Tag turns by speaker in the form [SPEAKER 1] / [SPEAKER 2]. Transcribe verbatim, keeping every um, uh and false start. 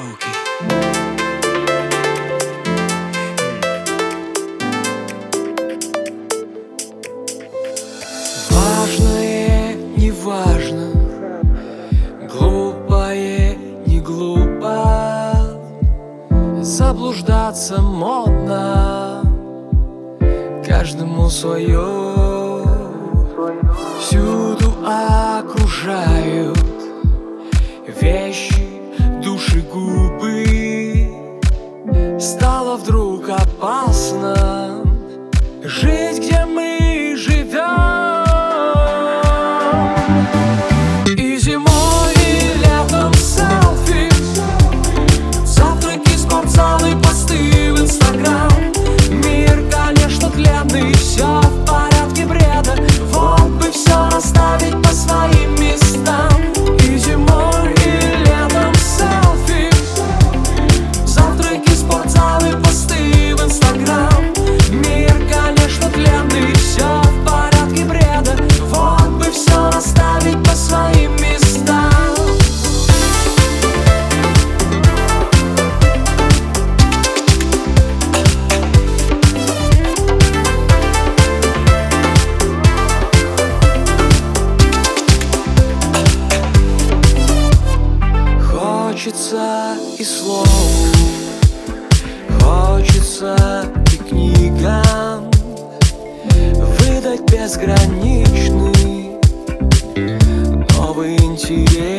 [SPEAKER 1] Окей. Важное не важно, глупое не глупо, заблуждаться модно, каждому свое. Всюду окружают вещи, души, губы. Стало вдруг опасно жить, где мы живем. И зимой, и летом селфи, завтраки, спортзалы, посты в Инстаграм. Мир, конечно, тленный, все в порядке бреда. Вот бы все расставить по своим местам. И зимой, и летом селфи, завтраки, спортзалы, посты в Инстаграм. Мир, конечно, тленный, все в порядке бреда. Вот бы все расставить по своим местам. Хочется и слов, хочется и книгам выдать безграничный новый интерес.